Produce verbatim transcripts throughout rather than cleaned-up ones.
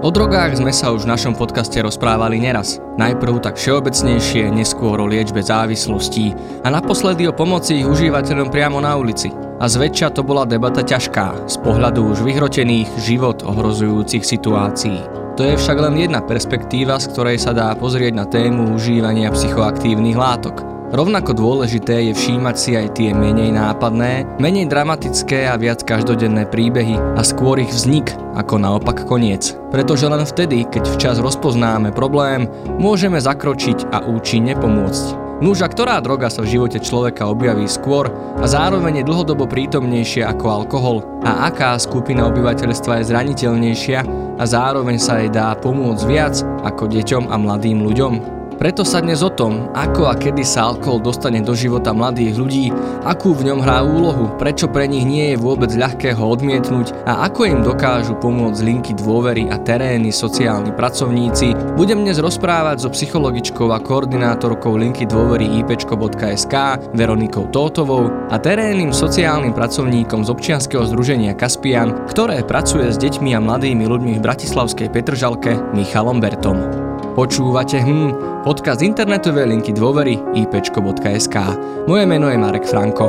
O drogách sme sa už v našom podcaste rozprávali neraz. Najprv tak všeobecnejšie, neskôr o liečbe závislostí a naposledy o pomoci ich užívateľom priamo na ulici. A zväčša to bola debata ťažká, z pohľadu už vyhrotených, život ohrozujúcich situácií. To je však len jedna perspektíva, z ktorej sa dá pozrieť na tému užívania psychoaktívnych látok. Rovnako dôležité je všímať si aj tie menej nápadné, menej dramatické a viac každodenné príbehy a skôr ich vznik ako naopak koniec. Pretože len vtedy, keď včas rozpoznáme problém, môžeme zakročiť a účinne pomôcť. Nuž, a ktorá droga sa v živote človeka objaví skôr a zároveň je dlhodobo prítomnejšia ako alkohol a aká skupina obyvateľstva je zraniteľnejšia a zároveň sa jej dá pomôcť viac ako deťom a mladým ľuďom? Preto sa dnes o tom, ako a kedy sa alkohol dostane do života mladých ľudí, akú v ňom hrá úlohu, prečo pre nich nie je vôbec ľahké ho odmietnúť a ako im dokážu pomôcť linky dôvery a terénni sociálni pracovníci, budem dnes rozprávať so psychologičkou a koordinátorkou linky dôvery í pé čko bodka es ká Veronikou Tótovou a terénnym sociálnym pracovníkom z občianskeho združenia Kaspian, ktoré pracuje s deťmi a mladými ľuďmi v bratislavskej Petržalke, Michalom Bertom. Počúvate hm, podcast internetovej linky dôvery í pé čko bodka es ká. Moje meno je Marek Franko.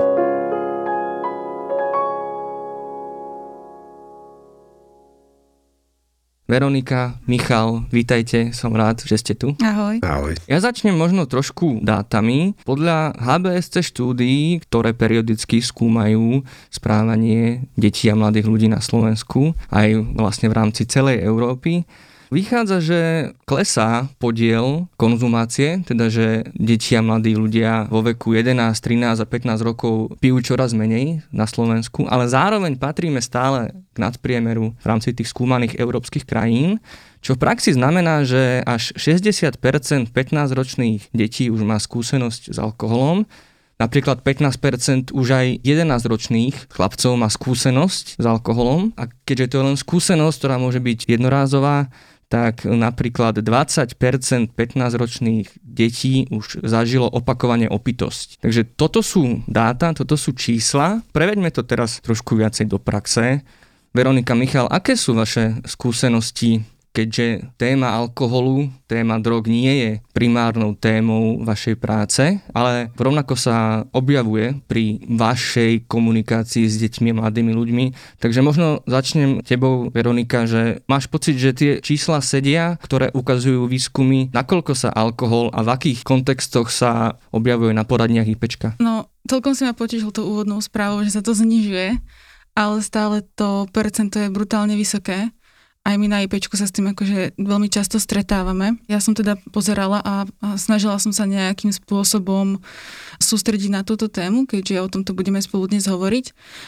Veronika, Michal, vítajte, som rád, že ste tu. Ahoj. Ahoj. Ja začnem možno trošku dátami. Podľa há bé es cé štúdií, ktoré periodicky skúmajú správanie detí a mladých ľudí na Slovensku, aj vlastne v rámci celej Európy, vychádza, že klesá podiel konzumácie, teda že deti a mladí ľudia vo veku jedenásť, trinásť a pätnásť rokov pijú čoraz menej na Slovensku, ale zároveň patríme stále k nadpriemeru v rámci tých skúmaných európskych krajín, čo v praxi znamená, že až šesťdesiat percent pätnásťročných detí už má skúsenosť s alkoholom. Napríklad pätnásť percent už aj jedenásťročných chlapcov má skúsenosť s alkoholom a keďže to je len skúsenosť, ktorá môže byť jednorázová, tak napríklad dvadsať percent pätnásťročných detí už zažilo opakovane opitosť. Takže toto sú dáta, toto sú čísla. Preveďme to teraz trošku viacej do praxe. Veronika, Michal, aké sú vaše skúsenosti, keďže téma alkoholu, téma drog nie je primárnou témou vašej práce, ale rovnako sa objavuje pri vašej komunikácii s deťmi a mladými ľuďmi. Takže možno začnem tebou, Veronika, že máš pocit, že tie čísla sedia, ktoré ukazujú výskumy, nakoľko sa alkohol a v akých kontextoch sa objavuje na poradniach IPčka? No, celkom si ma potešil tou úvodnou správou, že sa to znižuje, ale stále to percento je brutálne vysoké. Aj my na IPčku sa s tým akože veľmi často stretávame. Ja som teda pozerala a, a snažila som sa nejakým spôsobom sústrediť na túto tému, keďže o tomto budeme spolu dnes hovoriť.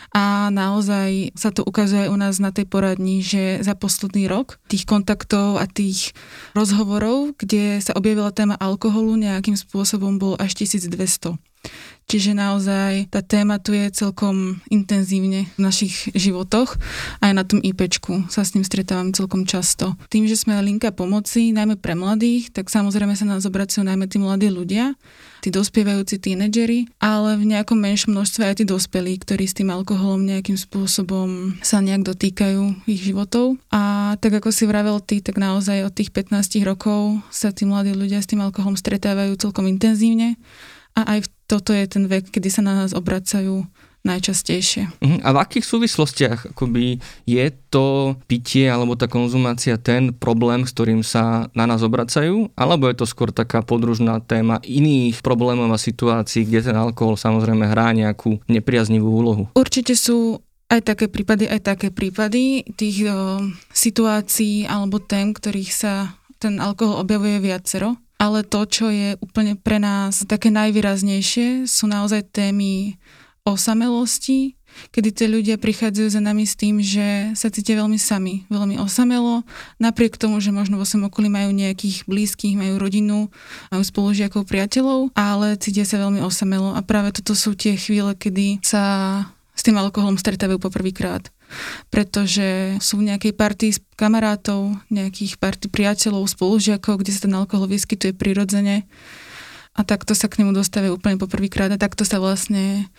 A naozaj sa to ukazuje aj u nás na tej poradni, že za posledný rok tých kontaktov a tých rozhovorov, kde sa objavila téma alkoholu, nejakým spôsobom bolo až tisícdvesto. Čiže naozaj tá téma tu je celkom intenzívne v našich životoch. Aj na tom IPčku sa s ním stretávam celkom často. Tým, že sme linka pomoci, najmä pre mladých, tak samozrejme sa nás obracujú najmä tí mladí ľudia, tí dospievajúci tínedžeri, ale v nejakom menšom množstve aj tí dospelí, ktorí s tým alkoholom nejakým spôsobom sa nejak dotýkajú ich životov. A tak ako si vravel ty, tak naozaj od tých pätnásť rokov sa tí mladí ľudia s tým alkoholom stretávajú celkom intenzívne. A aj toto je ten vek, kedy sa na nás obracajú najčastejšie. A v akých súvislostiach akoby je to pitie alebo tá konzumácia ten problém, s ktorým sa na nás obracajú? Alebo je to skôr taká podružná téma iných problémov a situácií, kde ten alkohol samozrejme hrá nejakú nepriaznivú úlohu? Určite sú aj také prípady, aj také prípady tých o, situácií alebo tém, ktorých sa ten alkohol objavuje viacero. Ale to, čo je úplne pre nás také najvýraznejšie, sú naozaj témy osamelosti, kedy tie ľudia prichádzajú za nami s tým, že sa cítia veľmi sami, veľmi osamelo, napriek tomu, že možno vo svojom okolí majú nejakých blízkych, majú rodinu, majú spolužiakov, priateľov, ale cítia sa veľmi osamelo a práve toto sú tie chvíle, kedy sa s tým alkoholom stretávajú poprvýkrát. Pretože sú v nejakej partii kamarátov, nejakých partii priateľov, spolužiakov, kde sa ten alkohol vyskytuje prirodzene a takto sa k nemu dostávajú úplne poprvýkrát a takto sa vlastne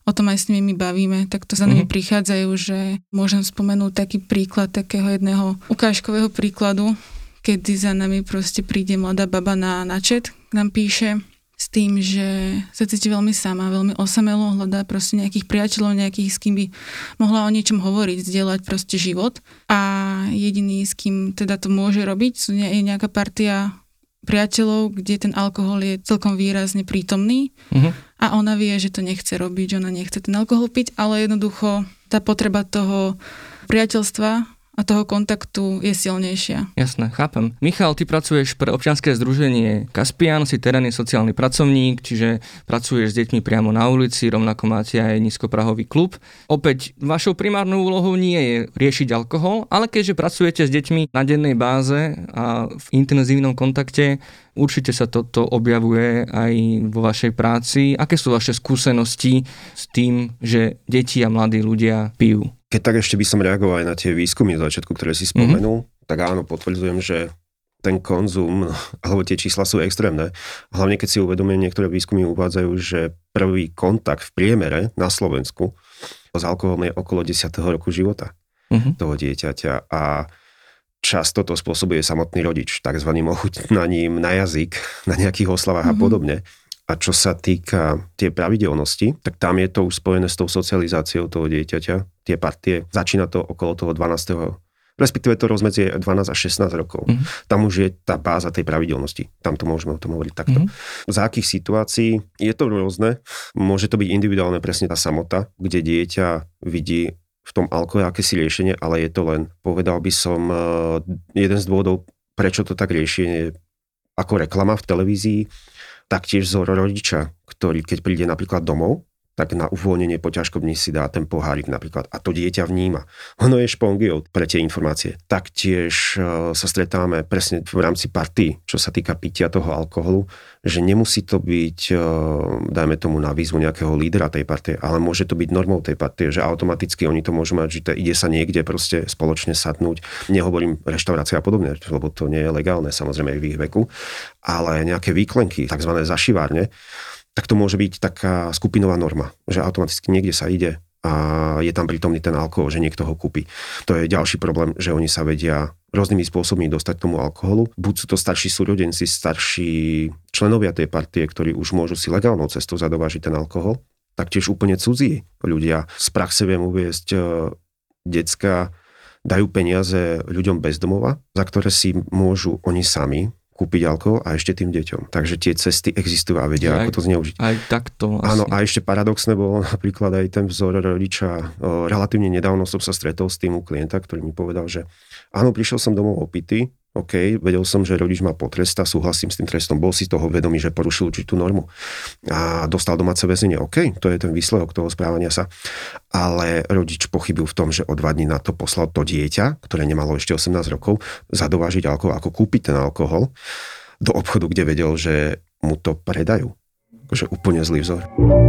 o tom aj s nimi my bavíme, tak to za nimi mm-hmm. prichádzajú, že môžem spomenúť taký príklad takého jedného ukážkového príkladu, kedy za nami proste príde mladá baba na, na chat, k nám píše s tým, že sa cíti veľmi sama, veľmi osamelo, hľadá proste nejakých priateľov, nejakých, s kým by mohla o niečom hovoriť, zdieľať proste život. A jediný, s kým teda to môže robiť, je nejaká partia priateľov, kde ten alkohol je celkom výrazne prítomný. Uh-huh. A ona vie, že to nechce robiť, že ona nechce ten alkohol piť, ale jednoducho tá potreba toho priateľstva a toho kontaktu je silnejšia. Jasné, chápem. Michal, ty pracuješ pre občianske združenie Kaspian, si terénny sociálny pracovník, čiže pracuješ s deťmi priamo na ulici, rovnako máte aj nízkoprahový klub. Opäť, vašou primárnou úlohou nie je riešiť alkohol, ale keďže pracujete s deťmi na dennej báze a v intenzívnom kontakte, určite sa toto objavuje aj vo vašej práci. Aké sú vaše skúsenosti s tým, že deti a mladí ľudia pijú? Keď tak ešte by som reagoval aj na tie výskumy z začiatku, ktoré si spomenul, mm-hmm. tak áno, potvrdzujem, že ten konzum, alebo tie čísla sú extrémne. Hlavne keď si uvedomím, niektoré výskumy uvádzajú, že prvý kontakt v priemere na Slovensku s alkoholom je okolo desiateho roku života mm-hmm. toho dieťaťa a často to spôsobuje samotný rodič, takzvaným ochutnaním na jazyk, na nejakých oslavách mm-hmm. a podobne. A čo sa týka tie pravidelnosti, tak tam je to už spojené s tou socializáciou toho dieťaťa. Tie partie, začína to okolo toho dvanásteho respektíve to rozmedzie dvanásť až šestnásť rokov. Mm-hmm. Tam už je tá báza tej pravidelnosti. Tam to môžeme o tom hovoriť takto. Mm-hmm. Za akých situácií je to rôzne. Môže to byť individuálne presne tá samota, kde dieťa vidí v tom alkohole akési riešenie, ale je to len, povedal by som, jeden z dôvodov, prečo to tak riešenie ako reklama v televízii, taktiež vzor rodiča, ktorý keď príde napríklad domov, tak na uvoľnenie po ťažkom dni si dá ten pohárik napríklad a to dieťa vníma. Ono je špongiou pre tie informácie. Taktiež uh, sa stretávame presne v rámci party, čo sa týka pitia toho alkoholu, že nemusí to byť, uh, dajme tomu na výzvu nejakého lídera tej partie, ale môže to byť normou tej partie, že automaticky oni to môžu mať, že to ide sa niekde proste spoločne sadnúť. Nehovorím reštaurácia a podobne, lebo to nie je legálne samozrejme aj v ich veku, ale nejaké výklenky, takzvané zašivárne, tak to môže byť taká skupinová norma, že automaticky niekde sa ide a je tam prítomný ten alkohol, že niekto ho kúpi. To je ďalší problém, že oni sa vedia rôznymi spôsobmi dostať k tomu alkoholu. Buď sú to starší súrodenci, starší členovia tej partie, ktorí už môžu si legálnou cestou zadovážiť ten alkohol, taktiež úplne cudzí ľudia. Z praxe viem uviesť, decka dajú peniaze ľuďom bez domova, za ktoré si môžu oni sami kúpiť alkohol a ešte tým deťom. Takže tie cesty existujú a vedia, aj, ako to zneužiť. Aj takto asi. Áno, a ešte paradoxné bolo napríklad aj ten vzor rodiča. O, relatívne nedávno som sa stretol s tým u klienta, ktorý mi povedal, že áno, prišiel som domov opitý, OK, vedel som, že rodič ma potrestá, súhlasím s tým trestom, bol si toho vedomý, že porušil určitú normu a dostal domáce väzenie, OK, to je ten výsledok toho správania sa, ale rodič pochybil v tom, že o dva dní na to poslal to dieťa, ktoré nemalo ešte osemnásť rokov, zadovážiť alkohol, ako kúpiť ten alkohol do obchodu, kde vedel, že mu to predajú. Takže úplne zlý vzor.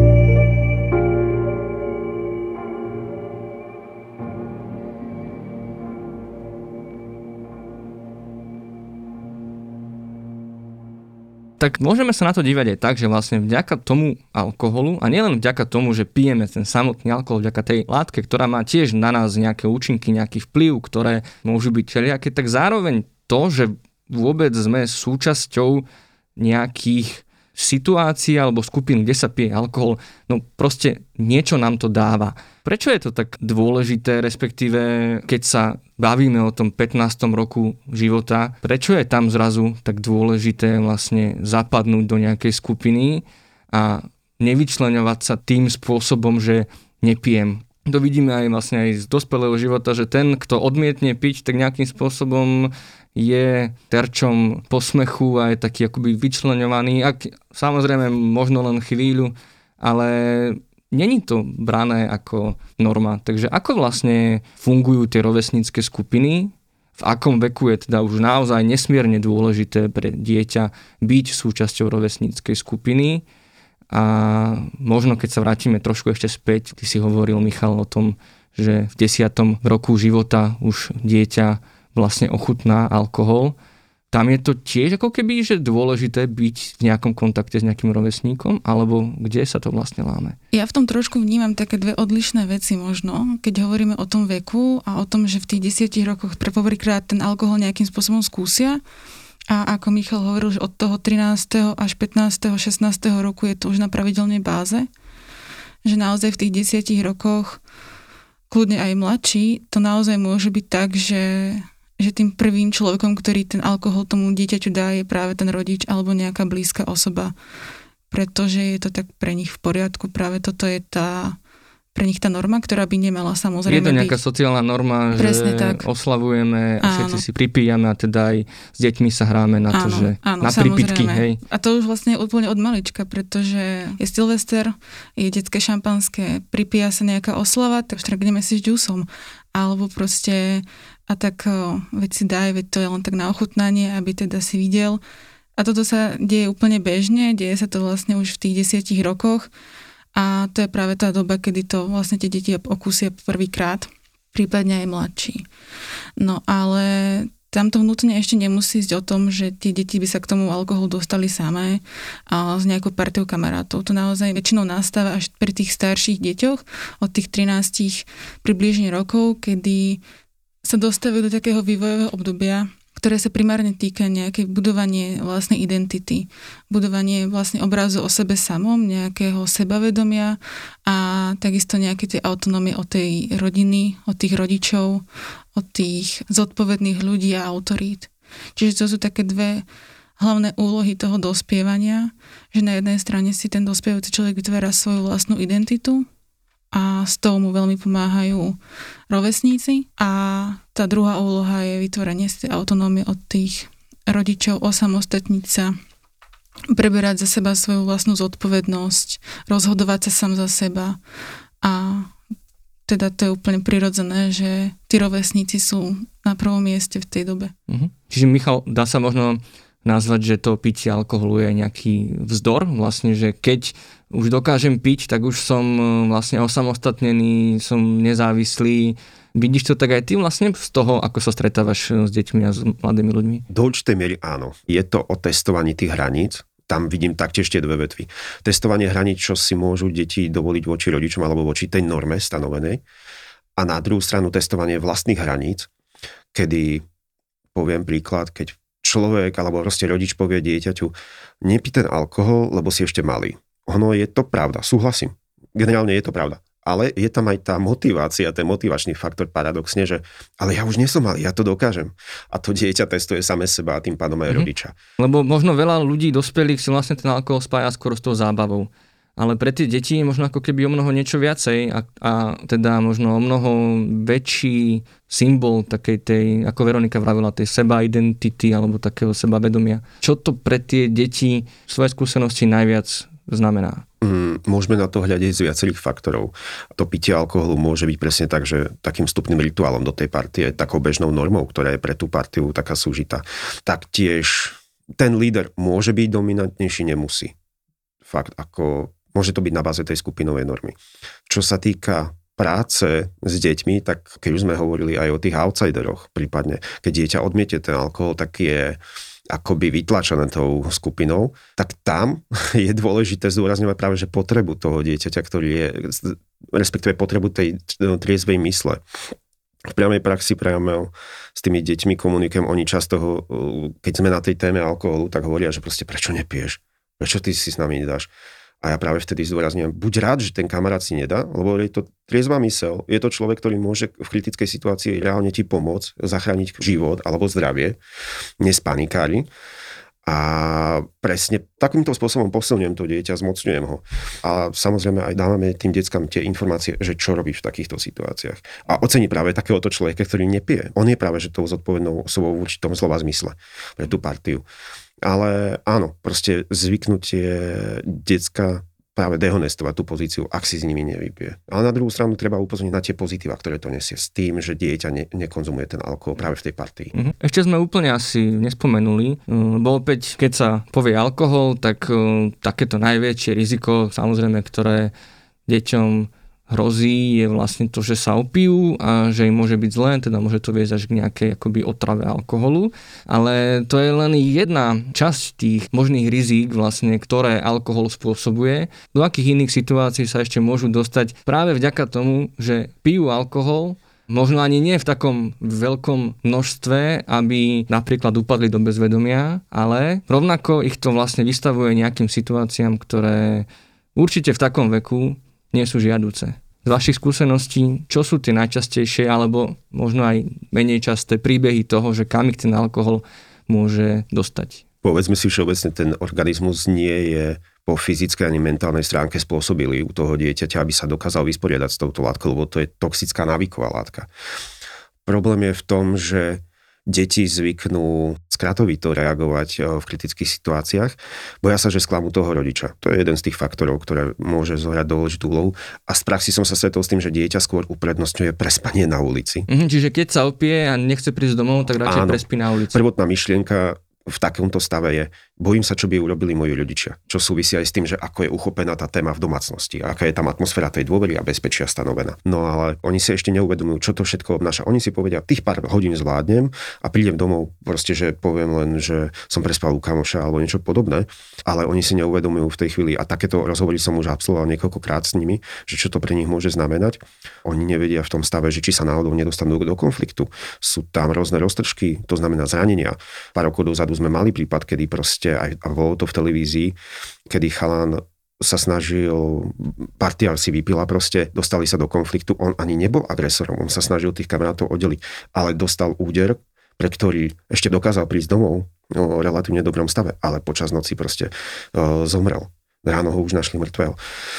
Tak môžeme sa na to dívať aj tak, že vlastne vďaka tomu alkoholu, a nielen vďaka tomu, že pijeme ten samotný alkohol, vďaka tej látke, ktorá má tiež na nás nejaké účinky, nejaký vplyv, ktoré môžu byť všelijaké, tak zároveň to, že vôbec sme súčasťou nejakých situácií alebo skupín, kde sa pije alkohol, no proste niečo nám to dáva. Prečo je to tak dôležité, respektíve keď sa bavíme o tom pätnástom roku života, prečo je tam zrazu tak dôležité vlastne zapadnúť do nejakej skupiny a nevyčleňovať sa tým spôsobom, že nepijem. To vidíme aj vlastne aj z dospelého života, že ten, kto odmietne piť, tak nejakým spôsobom je terčom posmechu a je taký akoby vyčleňovaný. Ak, samozrejme, možno len chvíľu, ale není to brané ako norma. Takže ako vlastne fungujú tie rovesnícke skupiny? V akom veku je teda už naozaj nesmierne dôležité pre dieťa byť súčasťou rovesníckej skupiny? A možno keď sa vrátime trošku ešte späť, ty si hovoril, Michal, o tom, že v desiatom roku života už dieťa vlastne ochutná alkohol, tam je to tiež ako keby, že dôležité byť v nejakom kontakte s nejakým rovesníkom, alebo kde sa to vlastne láme? Ja v tom trošku vnímam také dve odlišné veci možno, keď hovoríme o tom veku a o tom, že v tých desiatich rokoch pre poprvýkrát ten alkohol nejakým spôsobom skúsia. A ako Michal hovoril, že od toho trinásteho až pätnásteho šestnásteho roku je to už na pravidelnej báze, že naozaj v tých desiatich rokoch, kľudne aj mladší, to naozaj môže byť tak, že že tým prvým človekom, ktorý ten alkohol tomu dieťaťu dá, je práve ten rodič alebo nejaká blízka osoba. Pretože je to tak pre nich v poriadku. Práve toto je tá, pre nich tá norma, ktorá by nemala samozrejme byť. Je to nejaká byť sociálna norma, presne že tak oslavujeme a všetci si pripíjame a teda aj s deťmi sa hráme na to, áno, že áno, na pripitky. Hej. A to už vlastne úplne od malička, pretože je Silvester, je detské šampanské, pripíja sa nejaká oslava, tak štrekneme si s džusom. Alebo proste a tak veď si daj, veď to je len tak na ochutnanie, aby teda si videl. A toto sa deje úplne bežne, deje sa to vlastne už v tých desiatich rokoch a to je práve tá doba, kedy to vlastne tie deti okúsia prvýkrát, prípadne aj mladší. No ale tam to vnútorne ešte nemusí ísť o tom, že tie deti by sa k tomu alkoholu dostali samé a s nejakou partiou kamarátov. To naozaj väčšinou nastáva až pri tých starších deťoch od tých trinástich približne rokov, kedy sa dostávajú do takého vývojového obdobia, ktoré sa primárne týka nejaké budovanie vlastnej identity, budovanie vlastne obrazu o sebe samom, nejakého sebavedomia a takisto nejaké tie autonómie od tej rodiny, od tých rodičov, od tých zodpovedných ľudí a autorít. Čiže to sú také dve hlavné úlohy toho dospievania, že na jednej strane si ten dospievajúci človek vytvára svoju vlastnú identitu a z toho mu veľmi pomáhajú rovesníci a tá druhá úloha je vytvorenie si autonómie od tých rodičov, osamostatniť sa, preberať za seba svoju vlastnú zodpovednosť, rozhodovať sa sám za seba a teda to je úplne prirodzené, že tí rovesníci sú na prvom mieste v tej dobe. Mhm. Čiže Michal, dá sa možno nazvať, že to pitie alkoholu je nejaký vzdor, vlastne, že keď už dokážem piť, tak už som vlastne osamostatnený, som nezávislý. Vidíš to tak aj ty vlastne z toho, ako sa stretávaš s deťmi a s mladými ľuďmi? Do určitej miery áno. Je to o testovaní tých hraníc. Tam vidím taktiež tie dve vetvy. Testovanie hraníc, čo si môžu deti dovoliť voči rodičom alebo voči tej norme stanovenej. A na druhú stranu testovanie vlastných hraníc, kedy, poviem príklad, keď človek alebo proste rodič povie dieťaťu, nepí ten alkohol, lebo si ešte malý. Ono je to pravda, súhlasím. Generálne je to pravda. Ale je tam aj tá motivácia, ten motivačný faktor paradoxne, že ale ja už nie som malý, ja to dokážem. A to dieťa testuje same seba a tým pádom aj rodiča. Lebo možno veľa ľudí dospelých si vlastne ten alkohol spája skoro s tou zábavou. Ale pre tie deti je možno ako keby o mnoho niečo viacej a, a teda možno o mnoho väčší symbol takej tej, ako Veronika vravila, tej seba identity alebo takého sebavedomia. Čo to pre tie deti v svojej skúsenosti najviac znamená? Mm, môžeme na to hľadiť z viacerých faktorov. To pitie alkoholu môže byť presne tak, že takým vstupným rituálom do tej partie, takou bežnou normou, ktorá je pre tú partiu taká súžitá. Taktiež ten líder môže byť dominantnejší, nemusí. Fakt, ako môže to byť na báze tej skupinovej normy. Čo sa týka práce s deťmi, tak keď už sme hovorili aj o tých outsideroch, prípadne keď dieťa odmiete ten alkohol, tak je akoby vytlačené tou skupinou, tak tam je dôležité zdôrazňovať práve, že potrebu toho dieťaťa, ktorý je, respektíve potrebu tej triezvej mysle. V priamej praxi priamo s tými deťmi komunikujem, oni často, keď sme na tej téme alkoholu, tak hovoria, že proste prečo nepiješ? Prečo ty si s nami nedáš? A ja práve vtedy zdôrazňujem, buď rád, že ten kamarát si nedá, lebo je to triezva myseľ, je to človek, ktorý môže v kritickej situácii reálne ti pomôcť, zachrániť život alebo zdravie, nespanikári. A presne takýmto spôsobom posilňujem to dieťa, zmocňujem ho. A samozrejme aj dávame tým deckám tie informácie, že čo robiť v takýchto situáciách. A ocení práve takéhoto človeka, ktorý nepije. On je práve že tou zodpovednou osobou v určitom slova zmysle pre tú partiu. Ale áno, proste zvyknutie decka práve dehonestovať tú pozíciu, ak si s nimi nevypije. Ale na druhú stranu treba upozorniť na tie pozitíva, ktoré to nesie s tým, že dieťa ne, nekonzumuje ten alkohol práve v tej partii. Ešte sme úplne asi nespomenuli, lebo opäť, keď sa povie alkohol, tak takéto najväčšie riziko, samozrejme, ktoré deťom hrozí, je vlastne to, že sa opijú a že im môže byť zlé, teda môže to viesť až k nejakej akoby otrave alkoholu. Ale to je len jedna časť tých možných rizík, vlastne, ktoré alkohol spôsobuje. Do akých iných situácií sa ešte môžu dostať práve vďaka tomu, že pijú alkohol, možno ani nie v takom veľkom množstve, aby napríklad upadli do bezvedomia, ale rovnako ich to vlastne vystavuje nejakým situáciám, ktoré určite v takom veku nie sú žiaduce. Z vašich skúseností, čo sú tie najčastejšie, alebo možno aj menej časté príbehy toho, že kam ich ten alkohol môže dostať? Povedzme si všeobecne, ten organizmus nie je po fyzickej ani mentálnej stránke spôsobili u toho dieťaťa, aby sa dokázal vysporiadať s touto látkou, lebo to je toxická návyková látka. Problém je v tom, že deti zvyknú skratovito reagovať v kritických situáciách, boja sa, že sklamú toho rodiča. To je jeden z tých faktorov, ktoré môže zohrať dôležitú úlohu. A z praxi som sa stretol s tým, že dieťa skôr uprednostňuje prespanie na ulici. Mhm, čiže keď sa opije a nechce prísť domov, tak radšej Áno, prespí na ulici. Prvotná myšlienka v takomto stave je, bojím sa, čo by urobili moji rodičia. Čo súvisí aj s tým, že ako je uchopená tá téma v domácnosti, aká je tam atmosféra tej dôvery a bezpečia stanovená. No ale oni si ešte neuvedomujú, čo to všetko obnáša. Oni si povedia, tých pár hodín zvládnem a prídem domov, proste, že poviem len, že som prespal u kamoša alebo niečo podobné, ale oni si neuvedomujú v tej chvíli, a takéto rozhovory som už absolvoval niekoľkokrát s nimi, že čo to pre nich môže znamenať. Oni nevedia v tom stave, že či sa náhodou nedostanú do konfliktu. Sú tam rôzne roztržky, to znamená zranenia. Pár rokov dozadu sme mali prípad, kedy proste, aj, a bolo to v televízii, kedy chalan sa snažil, partia si vypila proste, dostali sa do konfliktu, on ani nebol agresorom, on sa snažil tých kamarátov oddeliť, ale dostal úder, pre ktorý ešte dokázal prísť domov v relatívne dobrom stave, ale počas noci proste uh, zomrel. Ráno ho už našli mŕtvého.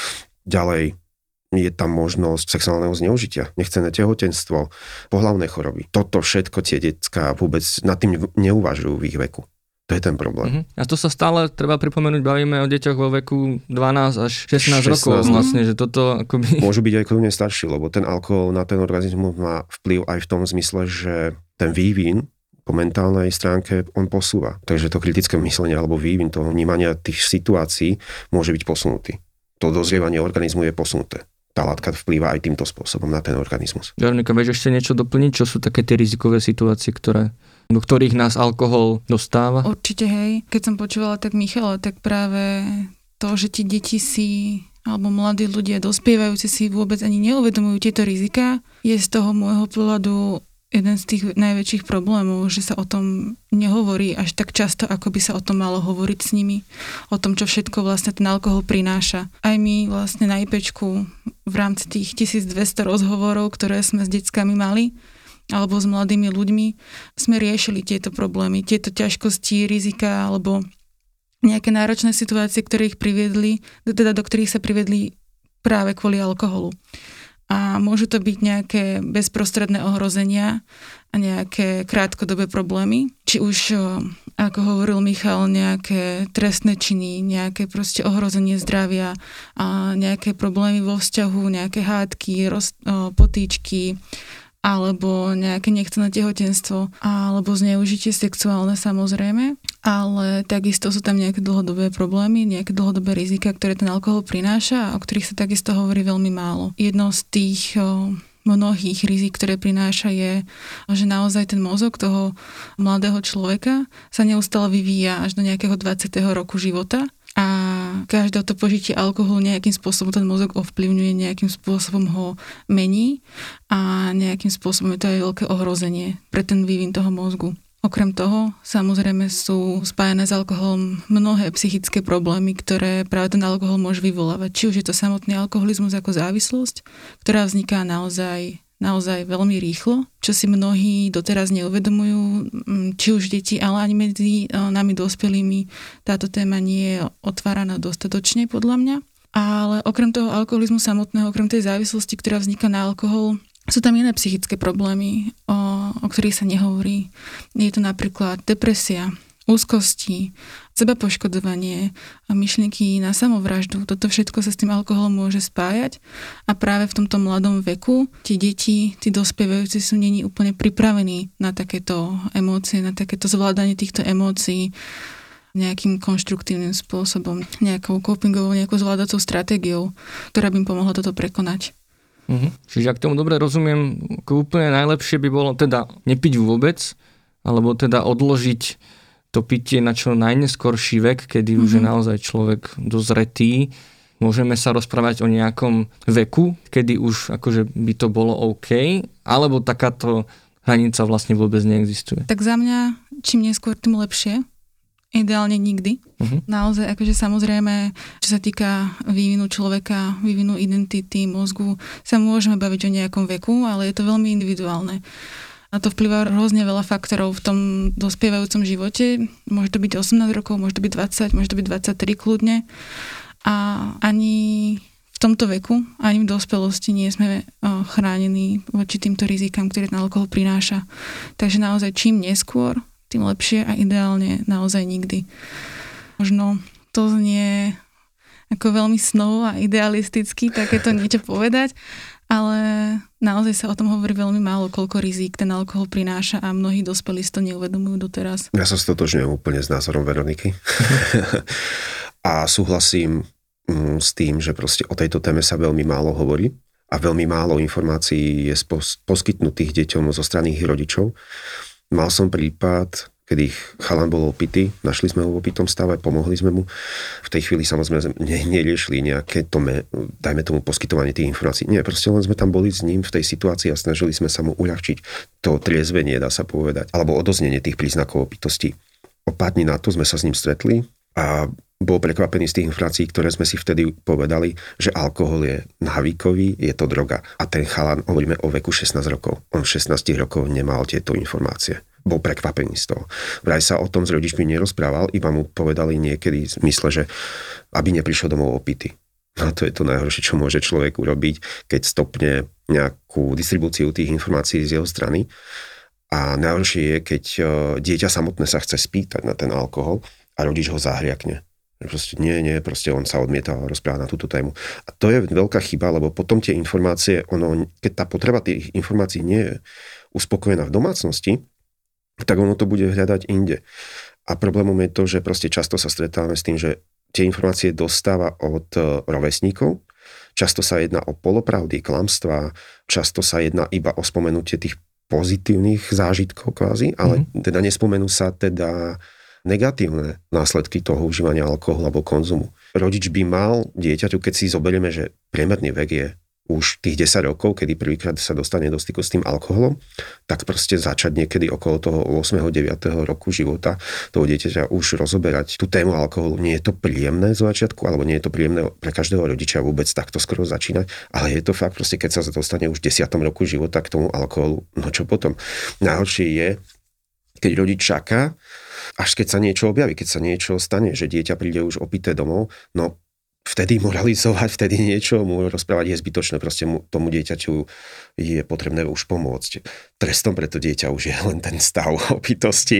Ďalej je tam možnosť sexuálneho zneužitia, nechcené tehotenstvo, pohlavné choroby. Toto všetko tie decká vôbec nad tým neuvažujú v ich veku. To je ten problém. Uh-huh. A to sa stále, treba pripomenúť, bavíme o deťoch vo veku dvanásť až šestnásť, šestnásť rokov vlastne, že toto akoby... Môžu byť aj kľudne starší, lebo ten alkohol na ten organizmus má vplyv aj v tom zmysle, že ten vývin po mentálnej stránke on posúva. Takže to kritické myslenie alebo vývin toho vnímania tých situácií môže byť posunutý. To dozrievanie organizmu je posunuté. Tá látka vplýva aj týmto spôsobom na ten organizmus. Veronika, vieš ešte niečo doplniť? Čo sú také tie rizikové situácie, ktoré, do ktorých nás alkohol dostáva? Určite, hej. Keď som počúvala tak Michala, tak práve to, že ti deti si, alebo mladí ľudia, dospievajúci si vôbec ani neuvedomujú tieto rizika, je z toho môjho pohľadu jeden z tých najväčších problémov, že sa o tom nehovorí až tak často, ako by sa o tom malo hovoriť s nimi. O tom, čo všetko vlastne ten alkohol prináša. Aj my vlastne na IPčku v rámci tých tisícdvesto rozhovorov, ktoré sme s deckami mali, alebo s mladými ľuďmi, sme riešili tieto problémy, tieto ťažkosti, rizika, alebo nejaké náročné situácie, ktoré ich priviedli, teda do ktorých sa priviedli práve kvôli alkoholu. A môžu to byť nejaké bezprostredné ohrozenia a nejaké krátkodobé problémy. Či už, ako hovoril Michal, nejaké trestné činy, nejaké proste ohrozenie zdravia, a nejaké problémy vo vzťahu, nejaké hádky, roz, potýčky, alebo nejaké nechcené tehotenstvo, alebo zneužitie sexuálne samozrejme, ale takisto sú tam nejaké dlhodobé problémy, nejaké dlhodobé rizika, ktoré ten alkohol prináša a o ktorých sa takisto hovorí veľmi málo. Jedno z tých o, mnohých rizik, ktoré prináša, je, že naozaj ten mozog toho mladého človeka sa neustále vyvíja až do nejakého dvadsiateho roku života. A každé to požitie alkoholu nejakým spôsobom ten mozog ovplyvňuje, nejakým spôsobom ho mení a nejakým spôsobom je to aj veľké ohrozenie pre ten vývin toho mozgu. Okrem toho, samozrejme sú spájané s alkoholom mnohé psychické problémy, ktoré práve ten alkohol môže vyvolávať. Či už je to samotný alkoholizmus ako závislosť, ktorá vzniká naozaj naozaj veľmi rýchlo, čo si mnohí doteraz neuvedomujú, či už deti, ale ani medzi nami dospelými táto téma nie je otváraná dostatočne, podľa mňa. Ale okrem toho alkoholizmu samotného, okrem tej závislosti, ktorá vzniká na alkohol, sú tam iné psychické problémy, o, o ktorých sa nehovorí. Je to napríklad depresia, úzkosti, sebapoškodovanie a myšlienky na samovraždu. Toto všetko sa s tým alkoholom môže spájať a práve v tomto mladom veku tie deti, tí dospievajúci sú není úplne pripravení na takéto emócie, na takéto zvládanie týchto emócií nejakým konštruktívnym spôsobom, nejakou copingovou, nejakou zvládacou stratégiou, ktorá by im pomohla toto prekonať. Uh-huh. Čiže ak tomu dobre rozumiem, úplne najlepšie by bolo teda nepiť vôbec, alebo teda odložiť to pitie na čo najneskorší vek, kedy mm-hmm. už je naozaj človek dozretý. Môžeme sa rozprávať o nejakom veku, kedy už akože by to bolo OK, alebo takáto hranica vlastne vôbec neexistuje. Tak za mňa, čím neskôr, tým lepšie. Ideálne nikdy. Uh-huh. Naozaj, akože samozrejme, čo sa týka vývinu človeka, vývinu identity, mozgu, sa môžeme baviť o nejakom veku, ale je to veľmi individuálne. A to vplyvá rôzne veľa faktorov v tom dospievajúcom živote. Môže to byť osemnásť rokov, môže to byť dvadsať, môže to byť dvadsaťtri kľudne. A ani v tomto veku, ani v dospelosti nie sme chránení voči týmto rizikám, ktoré ten alkohol prináša. Takže naozaj čím neskôr, tým lepšie a ideálne naozaj nikdy. Možno to znie ako veľmi snow a idealisticky takéto niečo povedať, ale naozaj sa o tom hovorí veľmi málo, koľko rizík ten alkohol prináša a mnohí dospelí si to neuvedomujú doteraz. Ja sa stotožňujem úplne s názorom Veroniky. A súhlasím mm, s tým, že proste o tejto téme sa veľmi málo hovorí a veľmi málo informácií je pos- poskytnutých deťom zo strany ich rodičov. Mal som prípad, kedy chalan bol opitý, našli sme ho v opitom stave, pomohli sme mu. V tej chvíli samozrejme ne, neriešili nejaké tome, dajme tomu poskytovanie tých informácií. Nie, proste len sme tam boli s ním v tej situácii a snažili sme sa mu uľahčiť to triezvenie, dá sa povedať, alebo odoznenie tých príznakov opitosti. O pár dní na to sme sa s ním stretli a bol prekvapený z tých informácií, ktoré sme si vtedy povedali, že alkohol je návykový, je to droga. A ten chalan, hovoríme o veku šestnásť rokov. On v šestnástich rokov nemal tieto informácie. Bol prekvapený z toho. Vraj sa o tom s rodičmi nerozprával, iba mu povedali niekedy v zmysle, že aby neprišiel domov opitý. A to je to najhoršie, čo môže človek urobiť, keď stopne nejakú distribúciu tých informácií z jeho strany. A najhoršie je, keď dieťa samotné sa chce spýtať na ten alkohol a rodič ho zahriakne. Proste nie, nie, proste on sa odmieta rozprávať na túto tému. A to je veľká chyba, lebo potom tie informácie, ono, keď tá potreba tých informácií nie je uspokojená v domácnosti, tak ono to bude hľadať inde. A problémom je to, že proste často sa stretávame s tým, že tie informácie dostáva od rovesníkov, často sa jedná o polopravdy, klamstvá, často sa jedná iba o spomenutie tých pozitívnych zážitkov kvázi, ale mm. teda nespomenú sa teda negatívne následky toho užívania alkoholu alebo konzumu. Rodič by mal dieťaťu, keď si zoberieme, že priemerný vek je už tých desať rokov, kedy prvýkrát sa dostane do styku s tým alkoholom, tak proste začať niekedy okolo toho ôsmeho deviateho roku života toho dieťaťa už rozoberať tú tému alkoholu. Nie je to príjemné z začiatku, alebo nie je to príjemné pre každého rodiča vôbec takto skoro začínať, ale je to fakt proste, keď sa dostane už v desiatom roku života k tomu alkoholu, no čo potom? Najhoršie je, keď rodič čaká, až keď sa niečo objaví, keď sa niečo stane, že dieťa príde už opité domov, no vtedy moralizovať, vtedy niečo mu rozprávať je zbytočné, proste mu, tomu dieťaťu je potrebné už pomôcť. Trestom pre to dieťa už je len ten stav opitosti.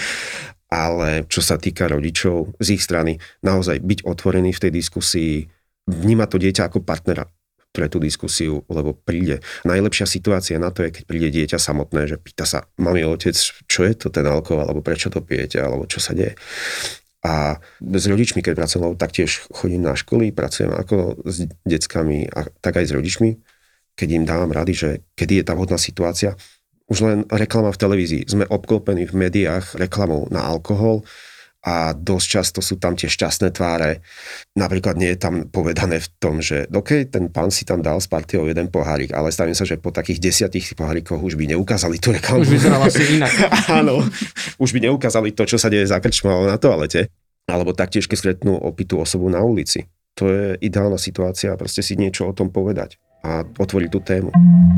Ale čo sa týka rodičov, z ich strany, naozaj byť otvorený v tej diskusii, vnímať to dieťa ako partnera pre tú diskusiu, lebo príde. Najlepšia situácia na to je, keď príde dieťa samotné, že pýta sa, mami, otec, čo je to ten alkohol, alebo prečo to pijete, alebo čo sa deje. A s rodičmi, keď pracujem, taktiež chodím na školy, pracujem ako s deckami a tak aj s rodičmi, keď im dávam rady, že kedy je tá vhodná situácia. Už len reklama v televízii. Sme obklopení v médiách reklamou na alkohol a dosť často sú tam tie šťastné tváre. Napríklad nie je tam povedané v tom, že OK, ten pán si tam dal s partiou jeden pohárik, ale stavím sa, že po takých desiatich pohárikoch už by neukázali tú reklamu. Už vyzerala asi inak. Áno, už by neukázali to, čo sa deje za krčmou na toalete. Alebo taktiež, keď stretnú opitú osobu na ulici. To je ideálna situácia, proste si niečo o tom povedať a otvoriť tú tému.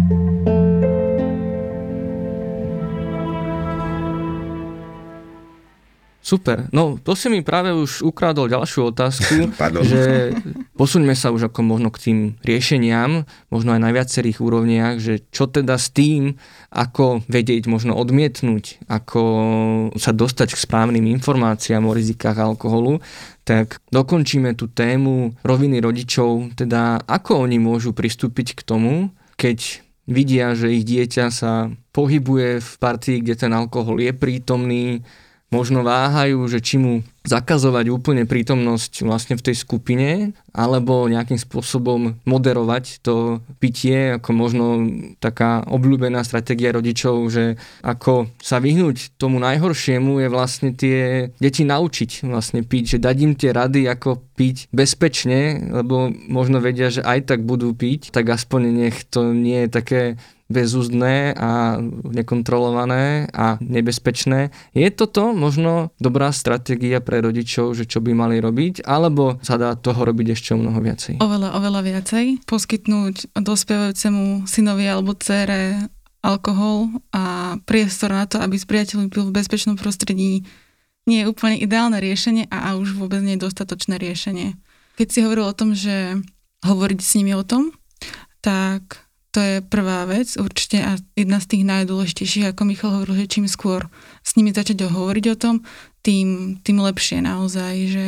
Super. No, to si mi práve už ukradol ďalšiu otázku, že posuňme sa už ako možno k tým riešeniam, možno aj na viacerých úrovniach, že čo teda s tým, ako vedieť, možno odmietnúť, ako sa dostať k správnym informáciám o rizikách alkoholu, tak dokončíme tú tému roviny rodičov, teda ako oni môžu pristúpiť k tomu, keď vidia, že ich dieťa sa pohybuje v partii, kde ten alkohol je prítomný, možno váhajú, že či mu zakazovať úplne prítomnosť vlastne v tej skupine, alebo nejakým spôsobom moderovať to pitie, ako možno taká obľúbená stratégia rodičov, že ako sa vyhnúť tomu najhoršiemu je vlastne tie deti naučiť vlastne piť, že dať im tie rady, ako piť bezpečne, lebo možno vedia, že aj tak budú piť, tak aspoň nech to nie je také bezúzdné a nekontrolované a nebezpečné. Je toto možno dobrá stratégia pre rodičov, že čo by mali robiť, alebo sa dá toho robiť ešte o mnoho viacej? Oveľa, oveľa viacej. Poskytnúť dospievajúcemu synovi alebo dcére alkohol a priestor na to, aby s priateľom pil v bezpečnom prostredí, nie je úplne ideálne riešenie a, a už vôbec nie je dostatočné riešenie. Keď si hovoril o tom, že hovoriť s nimi o tom, tak to je prvá vec určite a jedna z tých najdôležitejších, ako Michal hovoril, že čím skôr s nimi začať hovoriť o tom, tým, tým lepšie naozaj, že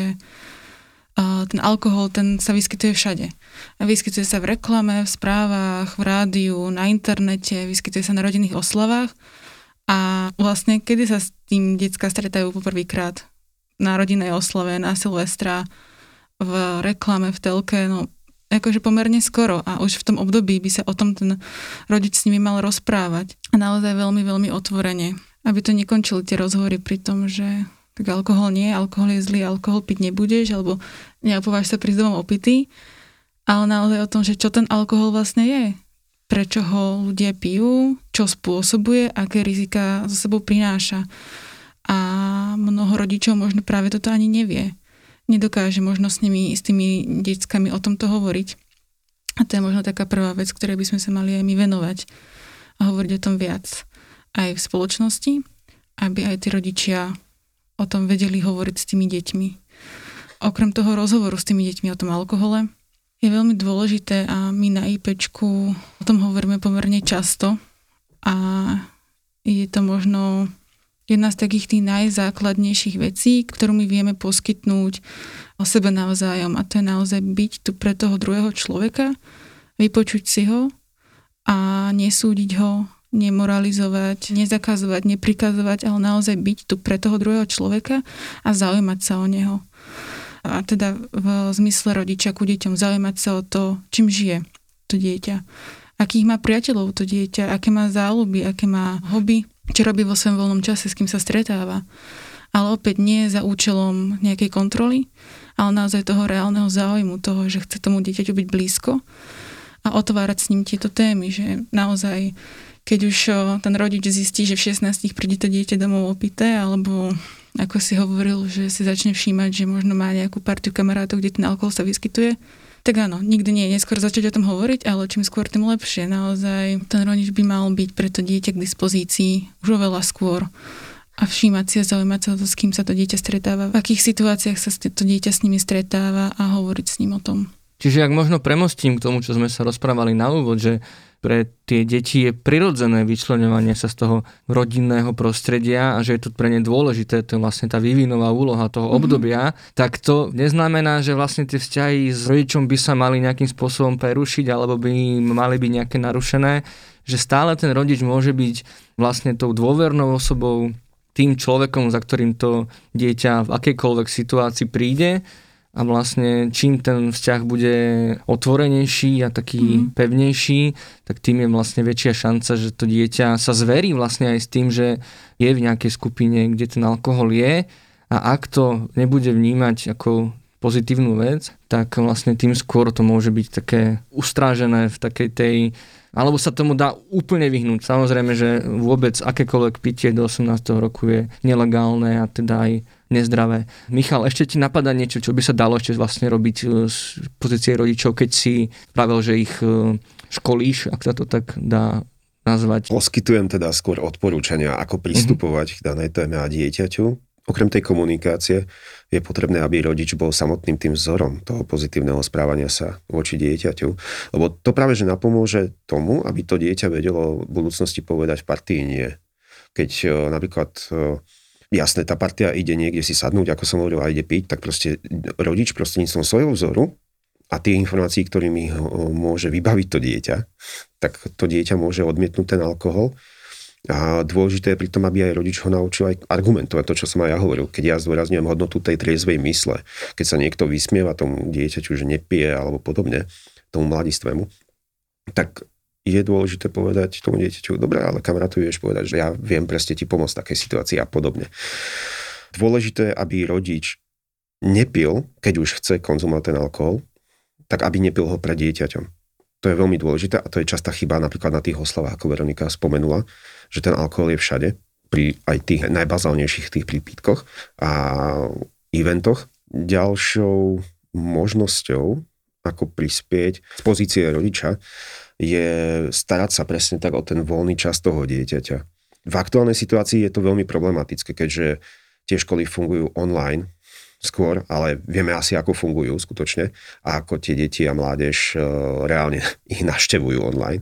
uh, ten alkohol, ten sa vyskytuje všade. A vyskytuje sa v reklame, v správach, v rádiu, na internete, vyskytuje sa na rodinných oslavách a vlastne kedy sa s tým decká stretajú poprvýkrát na rodinnej oslave, na Silvestra, v reklame, v telke, no akože pomerne skoro a už v tom období by sa o tom ten rodič s nimi mal rozprávať a naozaj veľmi, veľmi otvorene, aby to nekončili tie rozhovory pri tom, že tak alkohol nie, alkohol je zlý, alkohol piť nebudeš, alebo neopováž sa prísť domov opitý, ale naozaj o tom, že čo ten alkohol vlastne je, prečo ho ľudia pijú, čo spôsobuje, aké rizika so sebou prináša. A mnoho rodičov možno práve toto ani nevie. Nedokáže možno s nimi, s tými deckami o tomto hovoriť. A to je možno taká prvá vec, ktorej by sme sa mali aj my venovať a hovoriť o tom viac. Aj v spoločnosti, aby aj tí rodičia o tom vedeli hovoriť s tými deťmi. Okrem toho rozhovoru s tými deťmi o tom alkohole je veľmi dôležité a my na IPčku o tom hovoríme pomerne často a je to možno jedna z takých tých najzákladnejších vecí, ktorú my vieme poskytnúť o sebe navzájom. A to je naozaj byť tu pre toho druhého človeka, vypočuť si ho a nesúdiť ho, nemoralizovať, nezakazovať, neprikazovať, ale naozaj byť tu pre toho druhého človeka a zaujímať sa o neho. A teda v zmysle rodiča ku deťom zaujímať sa o to, čím žije to dieťa. Akých má priateľov to dieťa, aké má záľuby, aké má hobby, čo robí vo svojom voľnom čase, s kým sa stretáva. Ale opäť nie za účelom nejakej kontroly, ale naozaj toho reálneho záujmu, toho, že chce tomu dieťaťu byť blízko a otvárať s ním tieto témy, že naozaj, keď už ten rodič zistí, že v šestnástich príde to dieťa domov opité, alebo ako si hovoril, že si začne všímať, že možno má nejakú partiu kamarátov, kde ten alkohol sa vyskytuje, tak áno, nikdy nie je neskôr začať o tom hovoriť, ale čím skôr, tým lepšie. Naozaj ten rodič by mal byť pre to dieťa k dispozícii už oveľa skôr a všímať si a zaujímať sa o to, s kým sa to dieťa stretáva, v akých situáciách sa to dieťa s nimi stretáva a hovoriť s ním o tom. Čiže ak možno premostím k tomu, čo sme sa rozprávali na úvod, že pre tie deti je prirodzené vyčleňovanie sa z toho rodinného prostredia a že je to pre ne dôležité, to je vlastne tá vývinová úloha toho mm-hmm. obdobia, tak to neznamená, že vlastne tie vzťahy s rodičom by sa mali nejakým spôsobom prerušiť alebo by mali byť nejaké narušené, že stále ten rodič môže byť vlastne tou dôvernou osobou, tým človekom, za ktorým to dieťa v akejkoľvek situácii príde. A vlastne čím ten vzťah bude otvorenejší a taký mm. pevnejší, tak tým je vlastne väčšia šanca, že to dieťa sa zverí vlastne aj s tým, že je v nejakej skupine, kde ten alkohol je a ak to nebude vnímať ako pozitívnu vec, tak vlastne tým skôr to môže byť také ustrážené v takej tej, alebo sa tomu dá úplne vyhnúť. Samozrejme, že vôbec akékoľvek pitie do osemnásteho roku je nelegálne a teda aj nezdravé. Michal, ešte ti napadá niečo, čo by sa dalo ešte vlastne robiť z pozície rodičov, keď si pravil, že ich školíš, ak sa to tak dá nazvať? Poskytujem teda skôr odporúčania, ako pristupovať mm-hmm. k danej téme a dieťaťu. Okrem tej komunikácie je potrebné, aby rodič bol samotným tým vzorom toho pozitívneho správania sa voči dieťaťu. Lebo to práve, že napomôže tomu, aby to dieťa vedelo v budúcnosti povedať v partii nie. Keď napríklad jasné, tá partia ide niekde si sadnúť, ako som hovoril, a ide piť, tak proste rodič prostredníctvom svojho vzoru a tých informácií, ktorými môže vybaviť to dieťa, tak to dieťa môže odmietnúť ten alkohol A dôležité je pri tom, aby aj rodič ho naučil aj argumentovať to, čo som aj ja hovoril. Keď ja zdôrazňujem hodnotu tej triezvej mysle, keď sa niekto vysmieva tomu dieťaťu, že nepije alebo podobne, tomu mladistvému, tak je dôležité povedať tomu dieťaťu, dobré, ale kamarátu vieš povedať, že ja viem presne ti pomôcť v takej situácii a podobne. Dôležité, aby rodič nepil, keď už chce konzumovať ten alkohol, tak aby nepil ho pred dieťaťom. To je veľmi dôležité a to je častá chyba napríklad na tých oslavách, ako Veronika spomenula, že ten alkohol je všade, pri aj tých najbazálnejších tých prípitkoch a eventoch. Ďalšou možnosťou, ako prispieť z pozície rodiča, je starať sa presne tak o ten voľný čas toho dieťaťa. V aktuálnej situácii je to veľmi problematické, keďže tie školy fungujú online skôr, ale vieme asi, ako fungujú skutočne a ako tie deti a mládež reálne ich navštevujú online.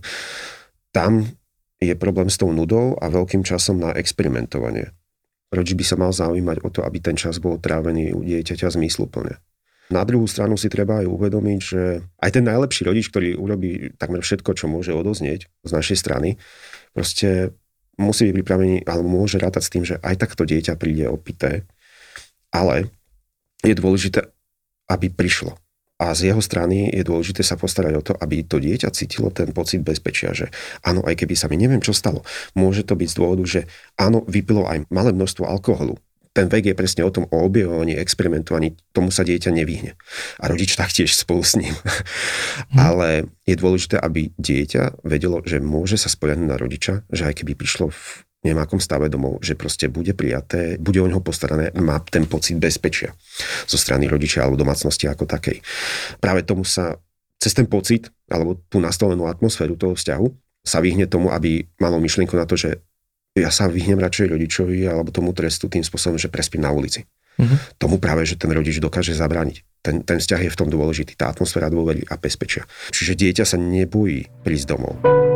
Tam je problém s tou nudou a veľkým časom na experimentovanie. Rodič by sa mal zaujímať o to, aby ten čas bol trávený u dieťaťa zmysluplne. Na druhú stranu si treba aj uvedomiť, že aj ten najlepší rodič, ktorý urobí takmer všetko, čo môže odoznieť z našej strany, proste musí byť pripravený, alebo môže rátať s tým, že aj takto dieťa príde opité, ale je dôležité, aby prišlo. A z jeho strany je dôležité sa postarať o to, aby to dieťa cítilo ten pocit bezpečia, že áno, aj keby sa mi neviem, čo stalo, môže to byť z dôvodu, že áno, vypilo aj malé množstvo alkoholu. Ten vek je presne o tom, o objavovaní, experimentovaní, tomu sa dieťa nevyhne. A rodič taktiež spolu s ním. Hmm. Ale je dôležité, aby dieťa vedelo, že môže sa spoľahnúť na rodiča, že aj keby prišlo v nejakom stave domov, že proste bude prijaté, bude o ňoho postarané, má ten pocit bezpečia zo strany rodiča alebo domácnosti ako takej. Práve tomu sa cez ten pocit alebo tú nastavenú atmosféru toho vzťahu sa vyhne tomu, aby malo myšlienku na to, že ja sa vyhnem radšej rodičovi alebo tomu trestu tým spôsobom, že prespím na ulici. Uh-huh. Tomu práve, že ten rodič dokáže zabrániť. Ten, ten vzťah je v tom dôležitý, tá atmosféra dôvery a bezpečia. Čiže dieťa sa nebojí prísť domov.